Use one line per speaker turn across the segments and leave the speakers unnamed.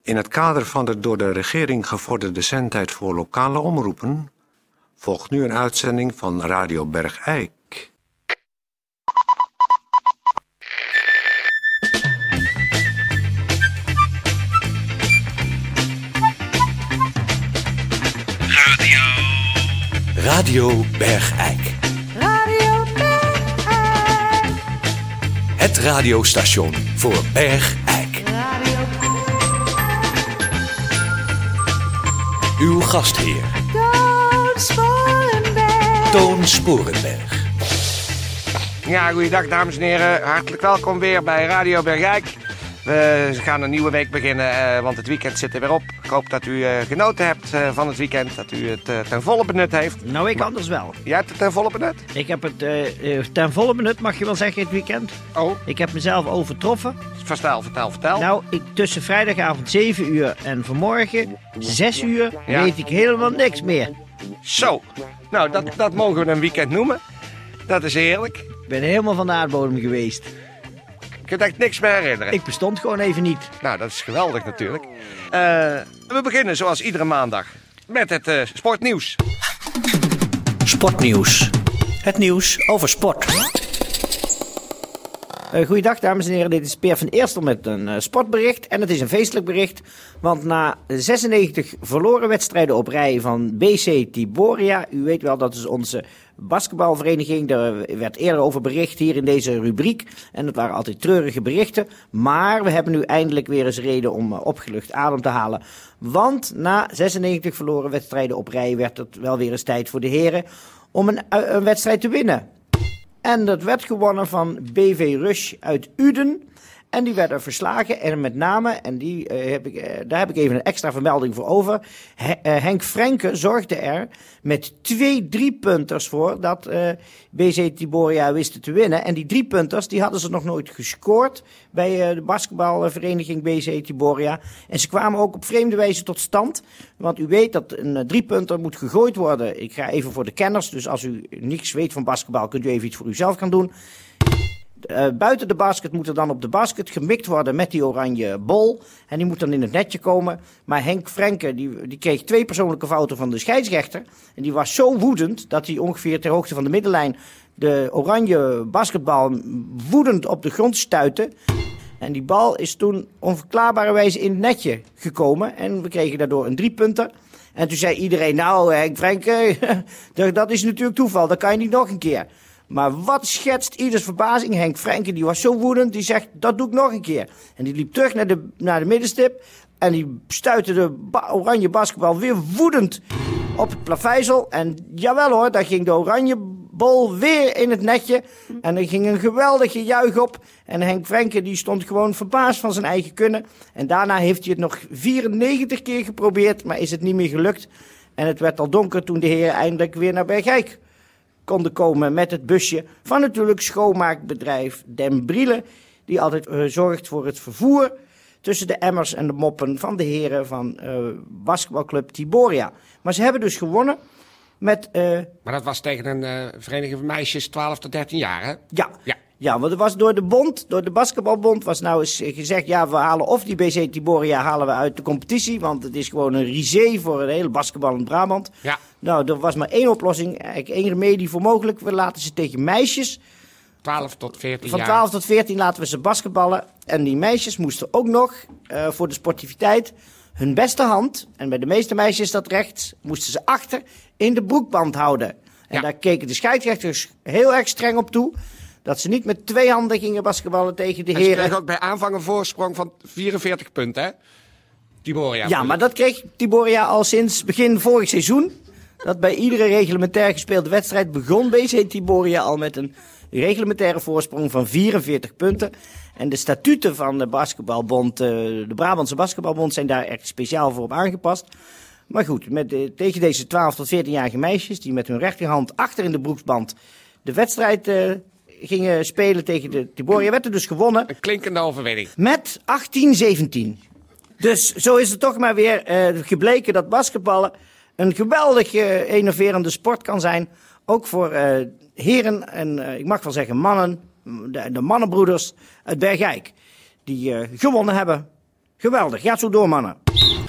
In het kader van de door de regering gevorderde zendtijd voor lokale omroepen volgt nu een uitzending van Radio Bergijk.
Radio Bergijk.
Radio Bergijk.
Het radiostation voor Bergijk.
Radio
Uw gastheer
Toon Sporenberg.
Toon Sporenberg.
Ja, goeiedag dames en heren. Hartelijk welkom weer bij Radio Bergijk. We gaan een nieuwe week beginnen, want het weekend zit er weer op. Ik hoop dat u genoten hebt van het weekend, dat u het ten volle benut heeft.
Nou, ik anders wel.
Jij hebt het ten volle benut?
Ik heb het ten volle benut, mag je wel zeggen, het weekend.
Oh,
Ik heb mezelf overtroffen.
vertel.
Nou, tussen vrijdagavond 7 uur en vanmorgen 6 uur
Ja.
weet ik helemaal niks meer.
Zo, nou dat mogen we een weekend noemen. Dat is heerlijk.
Ik ben helemaal van de aardbodem geweest.
Je kunt echt niks meer herinneren.
Ik bestond gewoon even niet.
Nou, dat is geweldig natuurlijk. We beginnen zoals iedere maandag met het sportnieuws.
Sportnieuws. Het nieuws over sport.
Goeiedag dames en heren, dit is Peer van Eerstel met een sportbericht. En het is een feestelijk bericht, want na 96 verloren wedstrijden op rij van BC Tiboria, u weet wel, dat is onze basketbalvereniging, daar werd eerder over bericht hier in deze rubriek. En het waren altijd treurige berichten, maar we hebben nu eindelijk weer eens reden om opgelucht adem te halen. Want na 96 verloren wedstrijden op rij werd het wel weer eens tijd voor de heren om een wedstrijd te winnen. En dat werd gewonnen van BV Rush uit Uden. En die werden verslagen. En met name, en daar heb ik even een extra vermelding voor over. Henk Frenke zorgde er met 2 3-punters voor dat BC Tiboria wisten te winnen. En die 3-punters die hadden ze nog nooit gescoord bij de basketbalvereniging BC Tiboria. En ze kwamen ook op vreemde wijze tot stand. Want u weet dat een 3-punter moet gegooid worden. Ik ga even voor de kenners. Dus als u niks weet van basketbal, kunt u even iets voor uzelf gaan doen. Buiten de basket moet er dan op de basket gemikt worden met die oranje bol. En die moet dan in het netje komen. Maar Henk Frenke die kreeg 2 persoonlijke fouten van de scheidsrechter. En die was zo woedend dat hij ongeveer ter hoogte van de middenlijn de oranje basketbal woedend op de grond stuitte. En die bal is toen onverklaarbare wijze in het netje gekomen. En we kregen daardoor een 3-punter. En toen zei iedereen, nou Henk Frenke, dat is natuurlijk toeval, dat kan je niet nog een keer. Maar wat schetst ieders verbazing? Henk Frenke, die was zo woedend, die zegt, dat doe ik nog een keer. En die liep terug naar de middenstip en die stuitte de oranje basketbal weer woedend op het plaveisel. En jawel hoor, daar ging de oranje bal weer in het netje. En er ging een geweldige juich op. En Henk Frenke die stond gewoon verbaasd van zijn eigen kunnen. En daarna heeft hij het nog 94 keer geprobeerd, maar is het niet meer gelukt. En het werd al donker toen de heren eindelijk weer naar Bergijk konden komen met het busje van natuurlijk schoonmaakbedrijf Den Brielen, die altijd zorgt voor het vervoer tussen de emmers en de moppen van de heren van basketbalclub Tiboria. Maar ze hebben dus gewonnen met
Maar dat was tegen een vereniging van meisjes 12 tot 13 jaar, hè?
Ja, want er was door de basketbalbond was nou eens gezegd, ja, we halen of die BC Tiboria halen we uit de competitie, want het is gewoon een risée voor het hele basketbal in Brabant.
Ja.
Nou, er was maar 1 oplossing, eigenlijk 1 remedie voor mogelijk. We laten ze tegen meisjes
12 tot 14
van
jaar.
12 tot 14 laten we ze basketballen. En die meisjes moesten ook nog voor de sportiviteit hun beste hand, en bij de meeste meisjes is dat rechts, moesten ze achter in de broekband houden. En
Ja.
daar keken de scheidsrechters heel erg streng op toe, dat ze niet met 2 handen gingen basketballen tegen de
En ze
heren.
kregen ook bij aanvang een voorsprong van 44 punten, hè? Tiboria.
Ja, maar dat kreeg Tiboria al sinds begin vorig seizoen. Dat bij iedere reglementair gespeelde wedstrijd begon BC Tiboria al met een reglementaire voorsprong van 44 punten. En de statuten van de basketbalbond, de Brabantse basketbalbond, zijn daar echt speciaal voor op aangepast. Maar goed, tegen deze 12 tot 14-jarige meisjes die met hun rechterhand achter in de broeksband de wedstrijd gingen spelen tegen de Tiboria, werd er dus gewonnen
Een klinkende overwinning.
met 18-17. Dus zo is het toch maar weer gebleken dat basketballen een geweldig innoverende sport kan zijn. Ook voor heren en ik mag wel zeggen mannen, de mannenbroeders uit Bergijk. Die gewonnen hebben Geweldig, ga zo door, mannen.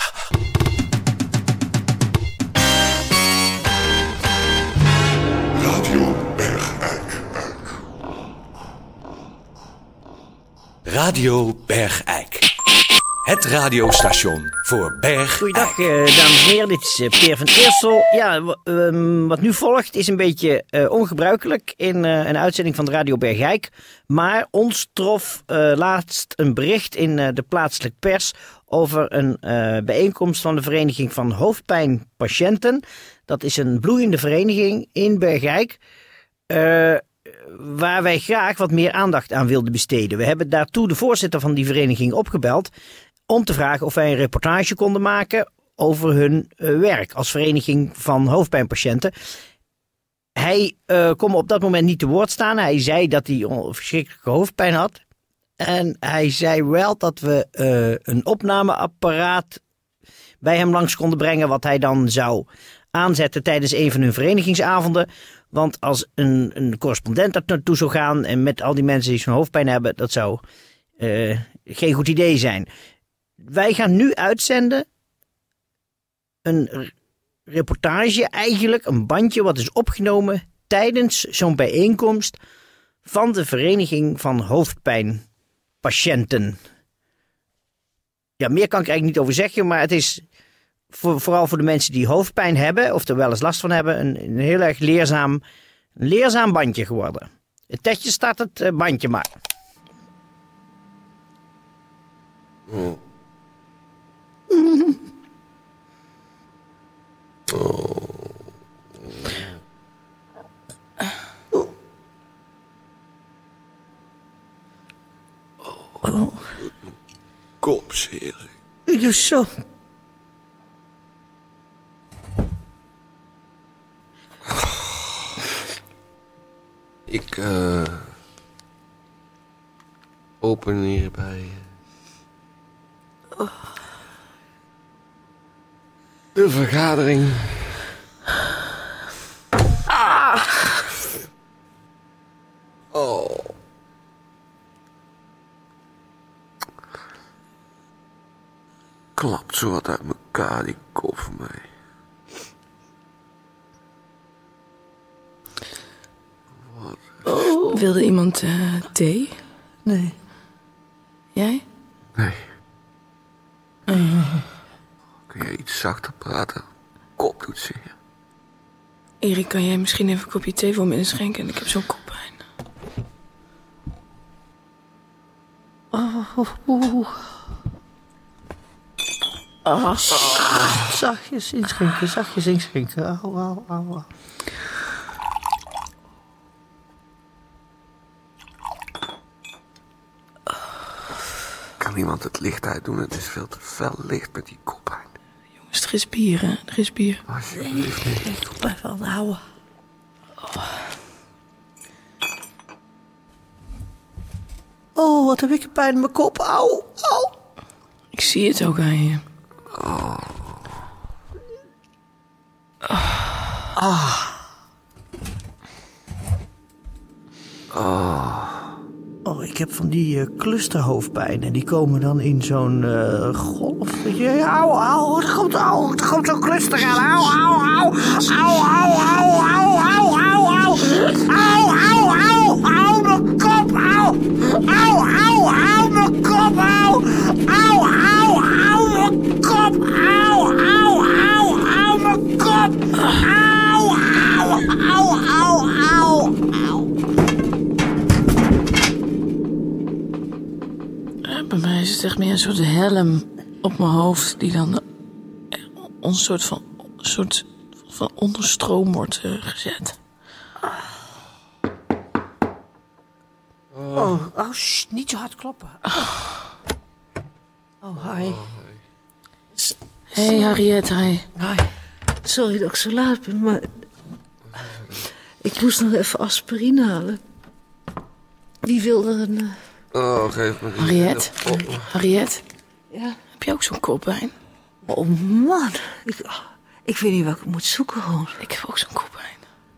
Radio Bergijk. Het radiostation voor Bergijk.
Goeiedag, dames en heren. Dit is Peer van Eersel. Ja, wat nu volgt is een beetje ongebruikelijk in een uitzending van de Radio Bergijk. Maar ons trof laatst een bericht in de plaatselijke pers over een bijeenkomst van de Vereniging van Hoofdpijnpatiënten. Dat is een bloeiende vereniging in Bergijk. Waar wij graag wat meer aandacht aan wilden besteden. We hebben daartoe de voorzitter van die vereniging opgebeld om te vragen of wij een reportage konden maken over hun werk als vereniging van hoofdpijnpatiënten. Hij kon op dat moment niet te woord staan. Hij zei dat hij verschrikkelijke hoofdpijn had. En hij zei wel dat we een opnameapparaat bij hem langs konden brengen, wat hij dan zou aanzetten tijdens een van hun verenigingsavonden. Want als een correspondent daar naartoe zou gaan en met al die mensen die zo'n hoofdpijn hebben, dat zou geen goed idee zijn. Wij gaan nu uitzenden een reportage, eigenlijk een bandje wat is opgenomen tijdens zo'n bijeenkomst van de Vereniging van Hoofdpijnpatiënten. Ja, meer kan ik eigenlijk niet over zeggen, maar het is vooral voor de mensen die hoofdpijn hebben of er wel eens last van hebben, een heel erg leerzaam bandje geworden. Het testje staat het bandje maar.
Oh. Oh. Kopseer.
Dus zo.
Ik open hierbij de vergadering. Oh. Klapt zo wat uit elkaar, die kop van mij.
Wilde iemand thee?
Nee.
Jij?
Nee. Kun jij iets zachter praten? Kop doet zeer.
Erik, kan jij misschien even een kopje thee voor me inschenken? Ik heb zo'n koppijn.
Zachtjes inschenken. Au.
Kan iemand het licht uitdoen? Het is veel te fel licht met die koppijn.
Jongens, er is bier, hè? Er is bier.
Alsjeblieft niet.
Ik blijf wel houden. Oh, wat heb ik een pijn in mijn kop. Au.
Ik zie het ook aan je.
Oh, ik heb van die clusterhoofdpijn. En die komen dan in zo'n golf. Au. Er komt zo'n cluster aan. Au. Au, mijn kop. Au, mijn kop. Au, mijn kop. Au, mijn kop. Au.
Bij mij is het echt meer een soort helm op mijn hoofd die dan een soort van onderstroom wordt gezet.
Oh, niet zo hard kloppen. Oh, hi.
Hey, Harriet, hi.
Hi. Sorry dat ik zo laat ben, maar ik moest nog even aspirine halen. Wie wil er een...
Oh, geef me die.
Harriet,
Ja?
heb je ook zo'n koppijn?
Oh, man. Ik weet niet wat ik moet zoeken gewoon.
Ik heb ook zo'n koppijn.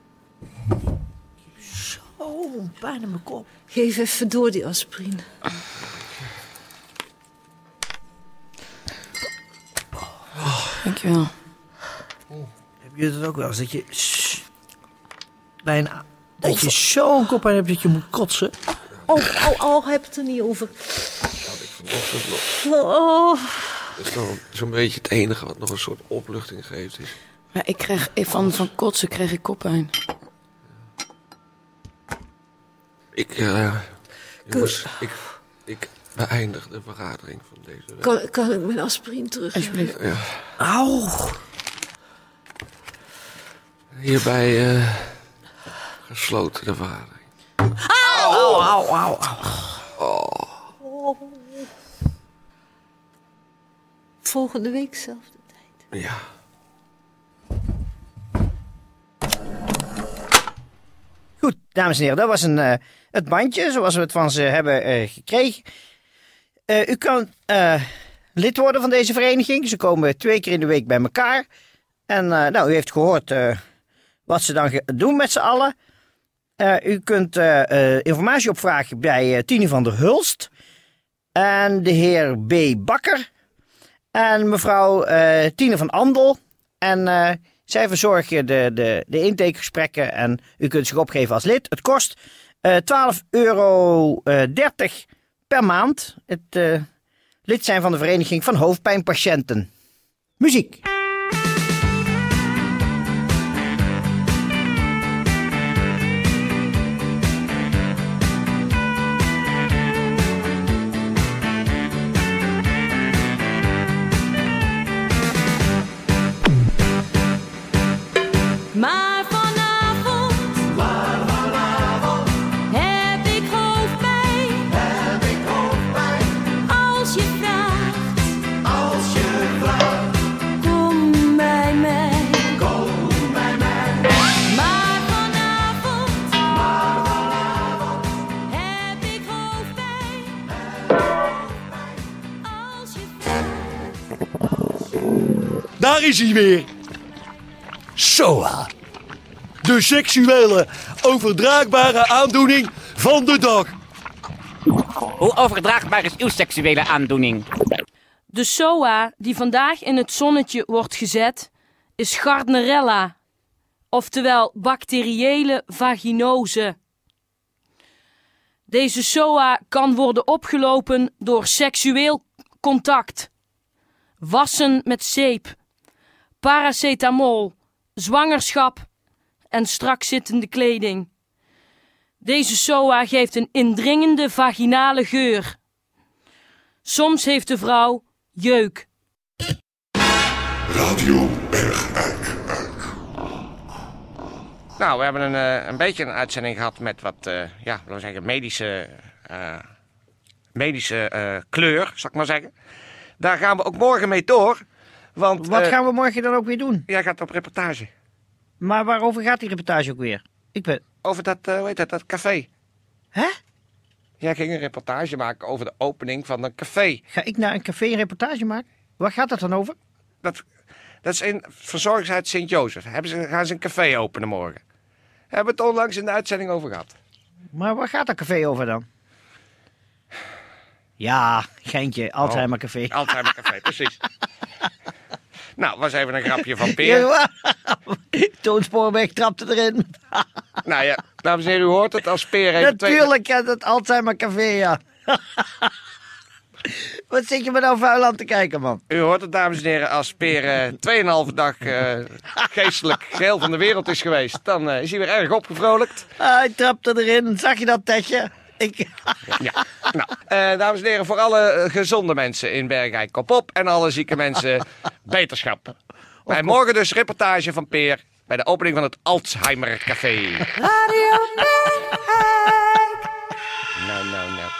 Oh, pijn in mijn kop. Geef even door die aspirine.
Dankjewel.
Heb je dat ook wel eens? Dat je... dat je zo'n koppijn hebt dat je moet kotsen?
Heb het er niet over.
Dat had ik vanochtend nog.
Oh.
Dat is nog zo'n beetje het enige wat nog een soort opluchting geeft.
Maar ik kreeg van kotsen kreeg ik koppijn.
Jongens, ik beëindig de vergadering van deze week.
Kan ik mijn aspirine terug?
Alsjeblieft.
Ja.
Auw.
Hierbij gesloten de vergadering.
Auw.
Volgende week zelfde tijd.
Ja.
Goed, dames en heren, dat was het bandje zoals we het van ze hebben gekregen. U kan lid worden van deze vereniging. Ze komen 2 keer in de week bij elkaar. En u heeft gehoord wat ze dan doen met z'n allen. U kunt informatie opvragen bij Tine van der Hulst. En de heer B. Bakker. En mevrouw Tine van Andel. En zij verzorgen de intakegesprekken. En u kunt zich opgeven als lid. Het kost €12,30 per maand. Het lid zijn van de Vereniging van Hoofdpijnpatiënten. Muziek.
Maar vanavond heb ik hoofdpijn. Als je vraagt, kom bij mij. Maar vanavond heb ik hoofdpijn. Als je vraagt.
Daar is hij weer. SOA. De seksuele overdraagbare aandoening van de dag.
Hoe overdraagbaar is uw seksuele aandoening?
De SOA die vandaag in het zonnetje wordt gezet is Gardnerella, oftewel bacteriële vaginose. Deze SOA kan worden opgelopen door seksueel contact, wassen met zeep, paracetamol, zwangerschap en strakzittende kleding. Deze SOA geeft een indringende vaginale geur. Soms heeft de vrouw jeuk.
Radio Bergijk.
Nou, we hebben een beetje een uitzending gehad met wat, laten we zeggen, medische kleur, zal ik maar zeggen. Daar gaan we ook morgen mee door. Want,
Wat gaan we morgen dan ook weer doen?
Jij gaat op reportage.
Maar waarover gaat die reportage ook weer?
Over dat, dat café.
Hè?
Jij ging een reportage maken over de opening van een café.
Ga ik naar een café een reportage maken? Waar gaat dat dan over?
Dat is in Verzorgingshuis Sint-Jozef. Gaan ze een café openen morgen. Hebben we het onlangs in de uitzending over gehad.
Maar waar gaat dat café over dan? Ja, geintje, Alzheimer Café.
Alzheimer Café, precies. Nou, was even een grapje van Peer.
Toon Sporenberg trapte erin.
Nou ja, dames en heren, u hoort het als Peer heeft
Natuurlijk, het Alzheimer Café, ja. Wat zit je me nou vuil aan te kijken, man?
U hoort het, dames en heren, als Peer 2,5 dag geestelijk geheel van de wereld is geweest, dan is hij weer erg opgevrolijkt.
Hij trapte erin, zag je dat, Tetje?
Ja. Nou, dames en heren, voor alle gezonde mensen in Bergijk, kop op. En alle zieke mensen, beterschap. Bij morgen dus reportage van Peer bij de opening van het Alzheimer Café.
Radio Bergijk.
Nou.